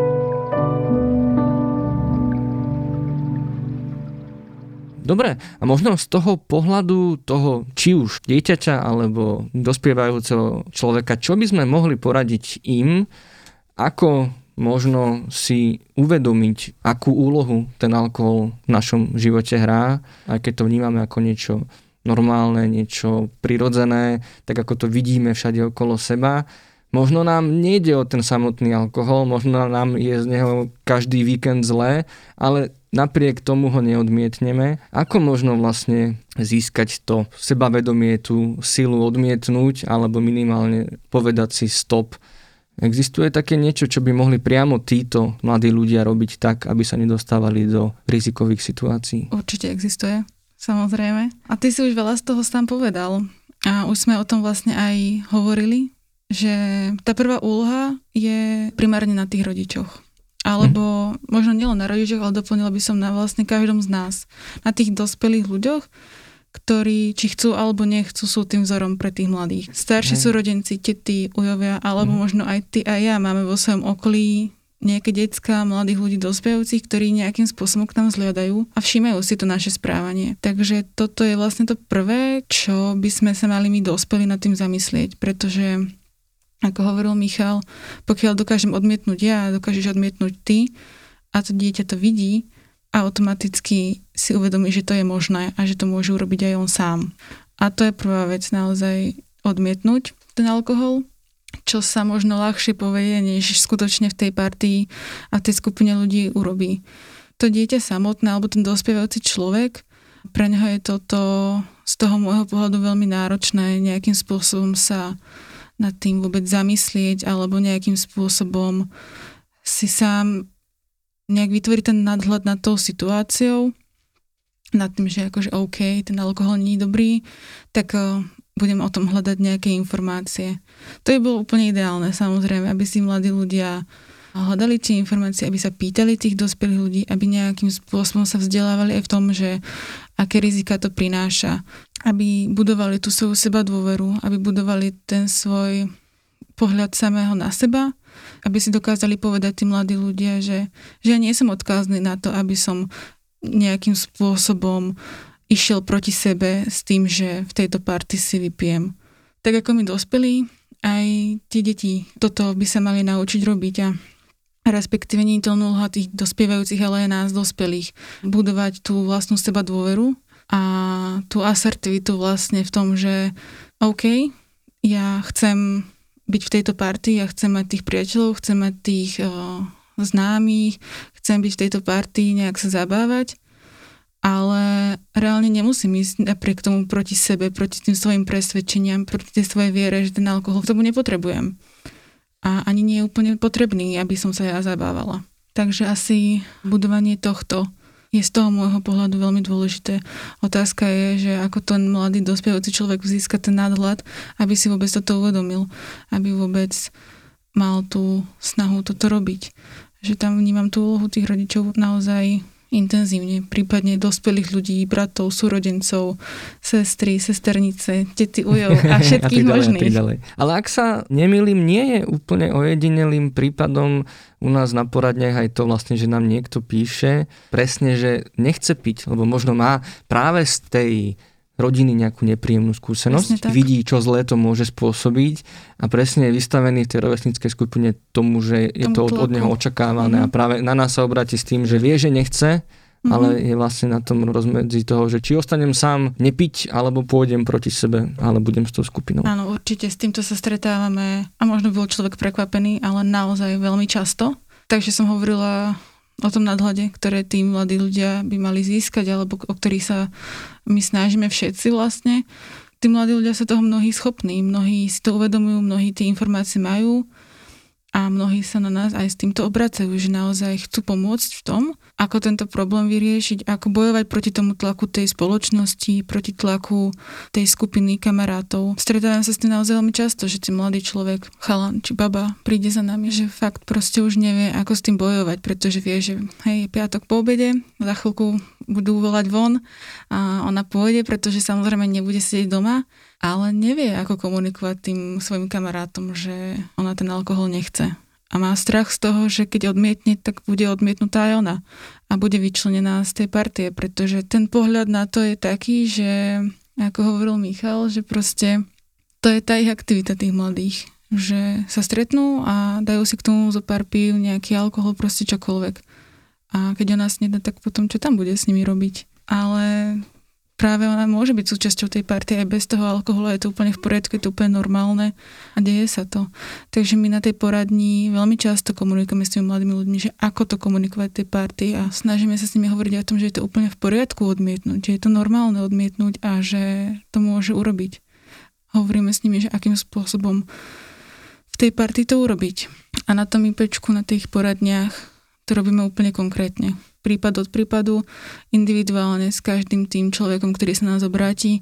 Dobre, a možno z toho pohľadu toho, či už dieťaťa alebo dospievajúceho človeka, čo by sme mohli poradiť im, ako možno si uvedomiť, akú úlohu ten alkohol v našom živote hrá, aj keď to vnímame ako niečo normálne, niečo prirodzené, tak ako to vidíme všade okolo seba. Možno nám nejde o ten samotný alkohol, možno nám je z neho každý víkend zlé, ale napriek tomu ho neodmietneme. Ako možno vlastne získať to sebavedomie, tú silu odmietnúť, alebo minimálne povedať si stop? Existuje také niečo, čo by mohli priamo títo mladí ľudia robiť tak, aby sa nedostávali do rizikových situácií? Určite existuje, samozrejme. A ty si už veľa z toho sám povedal. A už sme o tom vlastne aj hovorili, že tá prvá úloha je primárne na tých rodičoch. Alebo hmm. možno nielen na rodičoch, ale doplnila by som na vlastne každom z nás. Na tých dospelých ľuďoch, ktorí či chcú alebo nechcú, sú tým vzorom pre tých mladých. Starší hmm. súrodenci, tety, ujovia, alebo hmm. možno aj ty a ja máme vo svojom okolí nejaké decká, mladých ľudí dospievajúcich, ktorí nejakým spôsobom k nám zliadajú a všímajú si to naše správanie. Takže toto je vlastne to prvé, čo by sme sa mali my dospeli nad tým zamyslieť, pretože ako hovoril Michal, pokiaľ dokážem odmietnúť ja, dokážeš odmietnúť ty a to dieťa to vidí a automaticky si uvedomí, že to je možné a že to môže urobiť aj on sám. A to je prvá vec, naozaj odmietnúť ten alkohol, čo sa možno ľahšie povie, než skutočne v tej partii a v tej skupine ľudí urobí. To dieťa samotné alebo ten dospievajúci človek, pre neho je toto z toho môjho pohľadu veľmi náročné nejakým spôsobom sa nad tým vôbec zamyslieť alebo nejakým spôsobom si sám nejak vytvoriť ten nadhľad nad tou situáciou, nad tým, že akože OK, ten alkohol nie je dobrý, tak uh, budem o tom hľadať nejaké informácie. To je bolo úplne ideálne, samozrejme, aby si mladí ľudia hľadali tie informácie, aby sa pýtali tých dospelých ľudí, aby nejakým spôsobom sa vzdelávali aj v tom, že aké rizika to prináša, aby budovali tú svoju seba dôveru, aby budovali ten svoj pohľad samého na seba, aby si dokázali povedať tí mladí ľudia, že, že ja nie som odkázny na to, aby som nejakým spôsobom išiel proti sebe s tým, že v tejto party si vypijem. Tak ako my dospelí, aj tie deti toto by sa mali naučiť robiť a respektíve nie je to úloha tých dospievajúcich, ale aj nás, dospelých. Budovať tú vlastnú seba dôveru a tú asertivitu vlastne v tom, že OK, ja chcem byť v tejto partii, ja chcem mať tých priateľov, chcem mať tých o, známych, chcem byť v tejto partii, nejak sa zabávať, ale reálne nemusím ísť napriek tomu proti sebe, proti tým svojim presvedčeniam, proti tej svojej viere, že ten alkohol k tomu nepotrebujem. A ani nie je úplne potrebný, aby som sa ja zabávala. Takže asi budovanie tohto je z toho môjho pohľadu veľmi dôležité. Otázka je, že ako ten mladý dospievajúci človek získa ten nadhľad, aby si vôbec toto uvedomil, aby vôbec mal tú snahu toto robiť. Že tam vnímam tú úlohu tých rodičov naozaj intenzívne, prípadne dospelých ľudí, bratov, súrodencov, sestry, sesternice, tety, ujov a všetkých a možných. A Ale ak sa nemýlim, nie je úplne ojedinelým prípadom u nás na poradniach aj to vlastne, že nám niekto píše presne, že nechce piť, lebo možno má práve z tej rodiny nejakú nepríjemnú skúsenosť, vidí, čo zlé to môže spôsobiť a presne je vystavený v tej rovesníckej skupine tomu, že je tomu to od, od neho očakávané mm-hmm. a práve na nás sa obráti s tým, že vie, že nechce, mm-hmm. ale je vlastne na tom rozmedzi toho, že či ostanem sám nepiť, alebo pôjdem proti sebe, ale budem s tou skupinou. Áno, určite s týmto sa stretávame a možno bol človek prekvapený, ale naozaj veľmi často. Takže som hovorila o tom nadhľade, ktoré tí mladí ľudia by mali získať, alebo o ktorých sa my snažíme všetci vlastne. Tí mladí ľudia sa toho mnohí schopní, mnohí si to uvedomujú, mnohí tie informácie majú a mnohí sa na nás aj s týmto obracajú, že naozaj chcú pomôcť v tom, ako tento problém vyriešiť, ako bojovať proti tomu tlaku tej spoločnosti, proti tlaku tej skupiny kamarátov. Stretávam sa s tým naozaj veľmi často, že ten mladý človek, chalan či baba, príde za nami, že fakt proste už nevie, ako s tým bojovať, pretože vie, že hej, je piatok po obede, za chvíľku budú volať von a ona pôjde, pretože samozrejme nebude sedieť doma, ale nevie, ako komunikovať tým svojim kamarátom, že ona ten alkohol nechce. A má strach z toho, že keď odmietne, tak bude odmietnutá aj ona a bude vyčlenená z tej partie, pretože ten pohľad na to je taký, že ako hovoril Michal, že proste to je tá ich aktivita tých mladých, že sa stretnú a dajú si k tomu zo pár pív, nejaký alkohol, proste čokoľvek. A keď ona sneda, tak potom čo tam bude s nimi robiť? Ale práve ona môže byť súčasťou tej partie aj bez toho alkoholu, je to úplne v poriadku, je to úplne normálne a deje sa to. Takže my na tej poradni veľmi často komunikujeme s tými mladými ľuďmi, že ako to komunikovať tej partii a snažíme sa s nimi hovoriť o tom, že je to úplne v poriadku odmietnúť, že je to normálne odmietnúť a že to môže urobiť. Hovoríme s nimi, že akým spôsobom v tej partii to urobiť. A na tom IPčku, na tých poradniach to robíme úplne konkrétne. Prípad od prípadu, individuálne s každým tým človekom, ktorý sa nás obráti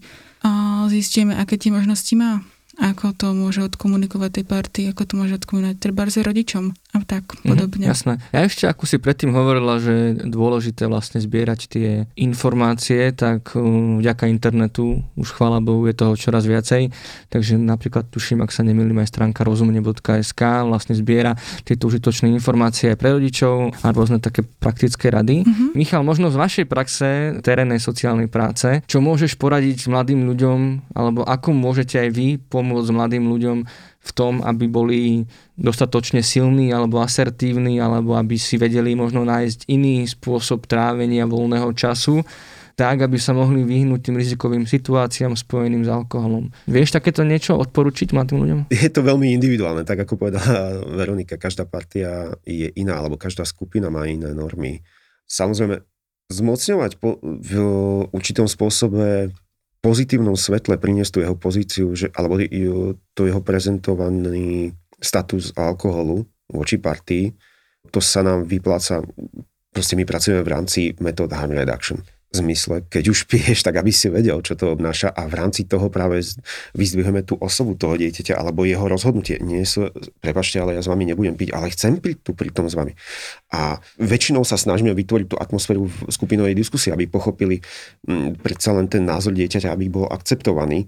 a zistíme, aké tie možnosti má. Ako to môže odkomunikovať tej partii, ako to môže odkomunikovať trebárs rodičom a tak podobne. Mm, jasné. Ja ešte, ako si predtým hovorila, že je dôležité vlastne zbierať tie informácie, tak vďaka internetu už chvála Bohu je toho čoraz viacej. Takže napríklad tuším, ak sa nemýlim, aj stránka rozumne bodka es ká vlastne zbiera tieto užitočné informácie aj pre rodičov a rôzne také praktické rady. Mm-hmm. Michal, možno z vašej praxe terénnej sociálnej práce, čo môžeš poradiť mladým ľuďom, alebo ako môžete aj vy pomôcť mladým ľuďom v tom, aby boli dostatočne silní alebo asertívni, alebo aby si vedeli možno nájsť iný spôsob trávenia voľného času, tak, aby sa mohli vyhnúť tým rizikovým situáciám spojeným s alkoholom. Vieš takéto niečo odporučiť mladým ľuďom? Je to veľmi individuálne, tak ako povedala Veronika, každá partia je iná, alebo každá skupina má iné normy. Samozrejme, zmocňovať po, v určitom spôsobe pozitívnom svetle priniesť tú jeho pozíciu, že, alebo to jeho prezentovaný status alkoholu voči partii, to sa nám vypláca, proste my pracujeme v rámci metód harm reduction. V zmysle, keď už piješ, tak aby si vedel, čo to obnáša a v rámci toho práve vyzdvihujeme tú osobu toho dieťaťa alebo jeho rozhodnutie. Nie sú, prepáčte, ale ja s vami nebudem piť, ale chcem piť tu pritom s vami. A väčšinou sa snažíme vytvoriť tú atmosféru v skupinovej diskusie, aby pochopili m, predsa len ten názor dieťaťa, aby bol akceptovaný,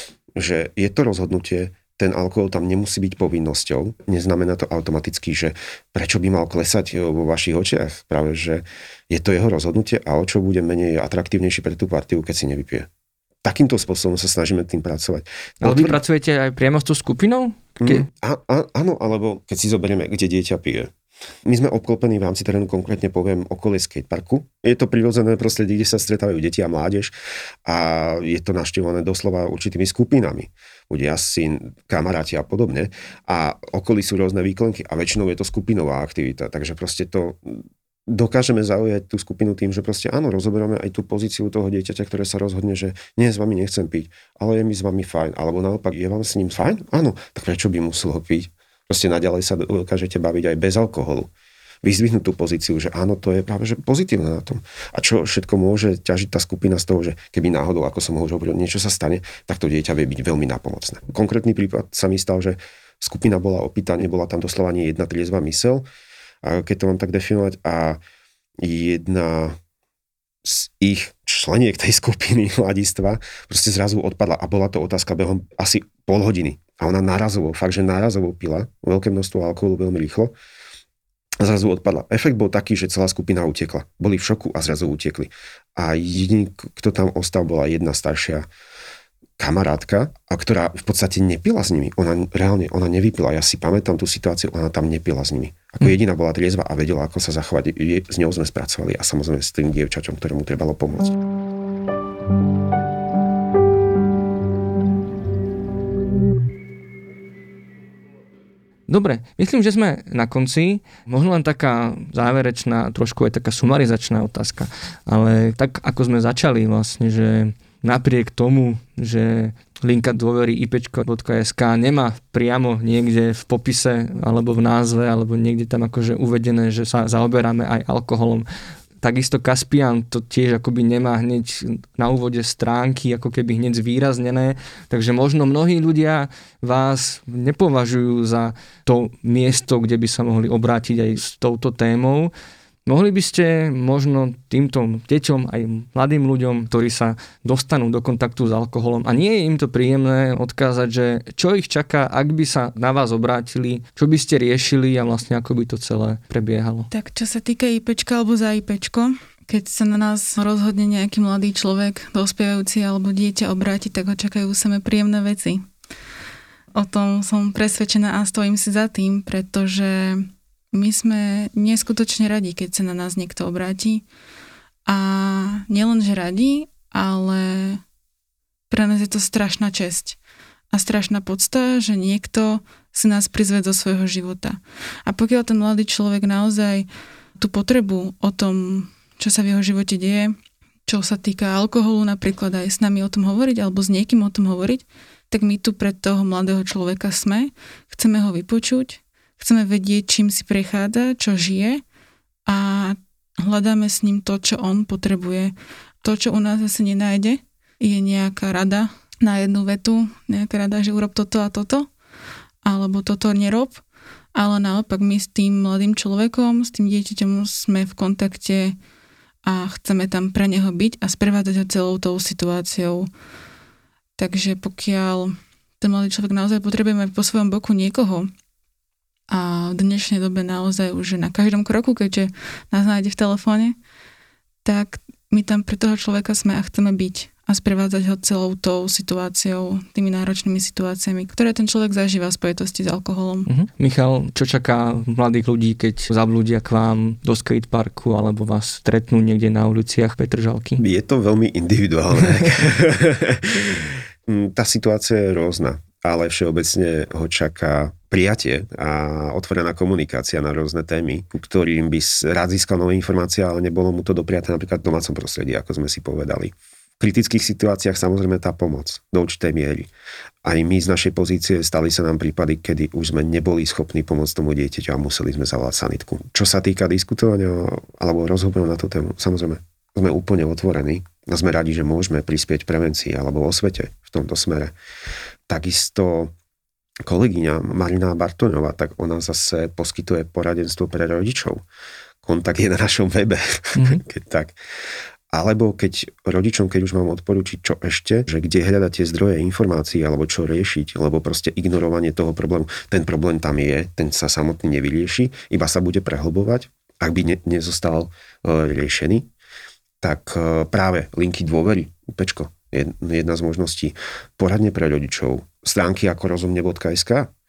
že je to rozhodnutie, ten alkohol tam nemusí byť povinnosťou. Neznamená to automaticky, že prečo by mal klesať vo vašich očiach. Práve, že je to jeho rozhodnutie a o čo bude menej atraktívnejší pre tú partiu, keď si nevypije. Takýmto spôsobom sa snažíme tým pracovať. Ale vy pracujete aj priamo s tou skupinou? Ke... Mm, a, a, áno, alebo keď si zoberieme, kde dieťa pije. My sme obklopení v rámci terénu, konkrétne poviem, okolie skateparku. Je to prirodzené prostredie, kde sa stretávajú deti a mládež a je to navštevované doslova určitými skupinami. Ľudia, syn, kamaráti a podobne. A okolí sú rôzne výklenky a väčšinou je to skupinová aktivita. Takže proste to dokážeme zaujať tú skupinu tým, že proste áno, rozoberáme aj tú pozíciu toho dieťaťa, ktoré sa rozhodne, že nie, s vami nechcem piť, ale je mi s vami fajn. Alebo naopak, je vám s ním fajn? Áno, tak prečo by muselo piť? Proste naďalej sa dokážete baviť aj bez alkoholu. Vyzdvihnúť tú pozíciu, že áno, to je práve že pozitívne na tom. A čo všetko môže ťažiť tá skupina z toho, že keby náhodou, ako som už hovoril, niečo sa stane, tak to dieťa vie byť veľmi nápomocné. Konkrétny prípad sa mi stal, že skupina bola opýta, nebola tam doslova nie jedna triezva myseľ, keď to mám tak definovať, a jedna z ich členiek tej skupiny mladistva proste zrazu odpadla a bola to otázka behom asi pol hodiny. A ona nárazovo, fakt, že nárazovo pila veľké množstvo alkoholu veľmi rýchlo a zrazu odpadla. Efekt bol taký, že celá skupina utekla. Boli v šoku a zrazu utekli. A jediný, kto tam ostal, bola jedna staršia kamarátka, a ktorá v podstate nepila s nimi. Ona reálne, ona nevypila. Ja si pamätám tú situáciu, ona tam nepila s nimi. Ako jediná bola triezva a vedela, ako sa zachovať. S ňou sme spracovali a samozrejme s tým dievčaťom, ktorému trebalo pomôcť. Dobre, myslím, že sme na konci. Možno len taká záverečná, trošku aj taká sumarizačná otázka. Ale tak, ako sme začali vlastne, že napriek tomu, že linka dôvery í pé bodka es ká nemá priamo niekde v popise alebo v názve, alebo niekde tam akože uvedené, že sa zaoberáme aj alkoholom. Takisto Caspian to tiež akoby nemá hneď na úvode stránky, ako keby hneď zvýraznené, takže možno mnohí ľudia vás nepovažujú za to miesto, kde by sa mohli obrátiť aj s touto témou. Mohli by ste možno týmto deťom, aj mladým ľuďom, ktorí sa dostanú do kontaktu s alkoholom a nie je im to príjemné, odkázať, že čo ich čaká, ak by sa na vás obrátili, čo by ste riešili a vlastne ako by to celé prebiehalo? Tak čo sa týka IPčka alebo za IPčko, keď sa na nás rozhodne nejaký mladý človek, dospievajúci alebo dieťa obráti, tak ho čakajú samé príjemné veci. O tom som presvedčená a stojím si za tým, pretože my sme neskutočne radi, keď sa na nás niekto obráti. A nielenže radi, ale pre nás je to strašná česť a strašná podsta, že niekto si nás prizve do svojho života. A pokiaľ ten mladý človek naozaj tú potrebu o tom, čo sa v jeho živote deje, čo sa týka alkoholu napríklad, aj s nami o tom hovoriť alebo s niekým o tom hovoriť, tak my tu pre toho mladého človeka sme, chceme ho vypočuť, chceme vedieť, čím si prechádza, čo žije a hľadáme s ním to, čo on potrebuje. To, čo u nás zase nenájde, je nejaká rada na jednu vetu, nejaká rada, že urob toto a toto, alebo toto nerob, ale naopak my s tým mladým človekom, s tým dieťaťom sme v kontakte a chceme tam pre neho byť a sprevádzať ho celou tou situáciou. Takže pokiaľ ten mladý človek naozaj potrebuje mať po svojom boku niekoho, a v dnešnej dobe naozaj už na každom kroku, keďže nás nájde v telefóne, tak my tam pre toho človeka sme a chceme byť a sprevádzať ho celou tou situáciou, tými náročnými situáciami, ktoré ten človek zažíva v spojitosti s alkoholom. Uh-huh. Michal, čo čaká mladých ľudí, keď zablúdia k vám do skateparku alebo vás stretnú niekde na uliciach Petržalky? Je to veľmi individuálne. Tá situácia je rôzna, ale všeobecne ho čaká prijatie a otvorená komunikácia na rôzne témy, ktorým by rád získal nové informácie, ale nebolo mu to dopriaté napríklad v domácom prostredí, ako sme si povedali. V kritických situáciách samozrejme tá pomoc do určitej miery. Aj my z našej pozície stali sa nám prípady, kedy už sme neboli schopní pomôcť tomu dieťaťu a museli sme zavolať sanitku. Čo sa týka diskutovania alebo rozhovorov na tú tému, samozrejme sme úplne otvorení a sme radi, že môžeme prispieť prevencii alebo osvete v tomto smere. Takisto kolegyňa Marina Bartoňová, tak ona zase poskytuje poradenstvo pre rodičov. Kontakt je na našom webe. Mm-hmm. Keď tak. Alebo keď rodičom, keď už mám odporučiť, čo ešte, že kde hľadať tie zdroje informácií, alebo čo riešiť, lebo proste ignorovanie toho problému. Ten problém tam je, ten sa samotný nevyrieši, iba sa bude prehlbovať, ak by ne, nezostal uh, riešený. Tak uh, práve linky dôvery, Pečko, jedna z možností, poradne pre rodičov, stránky ako rozumne bodka es ká,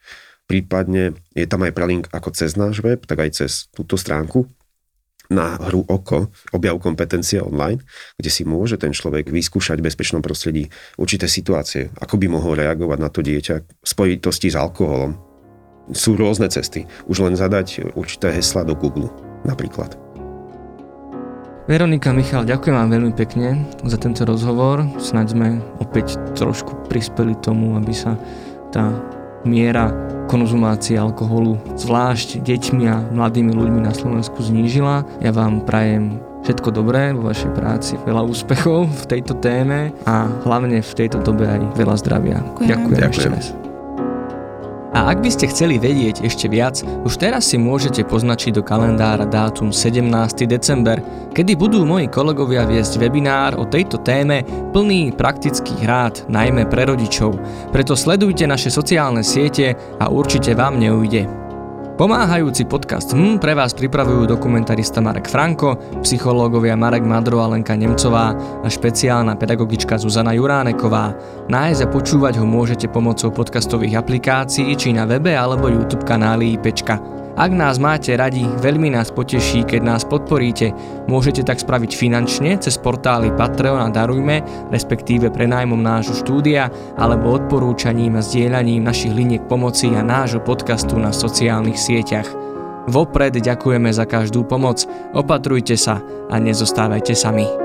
prípadne je tam aj prelink ako cez náš web, tak aj cez túto stránku na hru Oko, objav kompetencia online, kde si môže ten človek vyskúšať v bezpečnom prostredí určité situácie, ako by mohol reagovať na to dieťa v spojitosti s alkoholom. Sú rôzne cesty. Už len zadať určité heslá do Google napríklad. Veronika, Michal, ďakujem vám veľmi pekne za tento rozhovor. Snáď sme opäť trošku prispeli tomu, aby sa tá miera konzumácie alkoholu zvlášť deťmi a mladými ľuďmi na Slovensku znížila. Ja vám prajem všetko dobré vo vašej práci, veľa úspechov v tejto téme a hlavne v tejto dobe aj veľa zdravia. Ďakujem. Ďakujem, Ďakujem. ešte raz. A ak by ste chceli vedieť ešte viac, už teraz si môžete poznačiť do kalendára dátum sedemnásteho december, kedy budú moji kolegovia viesť webinár o tejto téme plný praktických rád, najmä pre rodičov. Preto sledujte naše sociálne siete a určite vám neujde. Pomáhajúci podcast hm pre vás pripravujú dokumentarista Marek Franko, psychológovia Marek Madro a Lenka Nemcová a špeciálna pedagogička Zuzana Juráneková. Nájsť a počúvať ho môžete pomocou podcastových aplikácií či na webe alebo YouTube kanáli IPčka. Ak nás máte radi, veľmi nás poteší, keď nás podporíte. Môžete tak spraviť finančne cez portály Patreon a Darujme, respektíve prenájmom nášho štúdia, alebo odporúčaním a zdieľaním našich liniek pomoci a nášho podcastu na sociálnych sieťach. Vopred ďakujeme za každú pomoc, opatrujte sa a nezostávajte sami.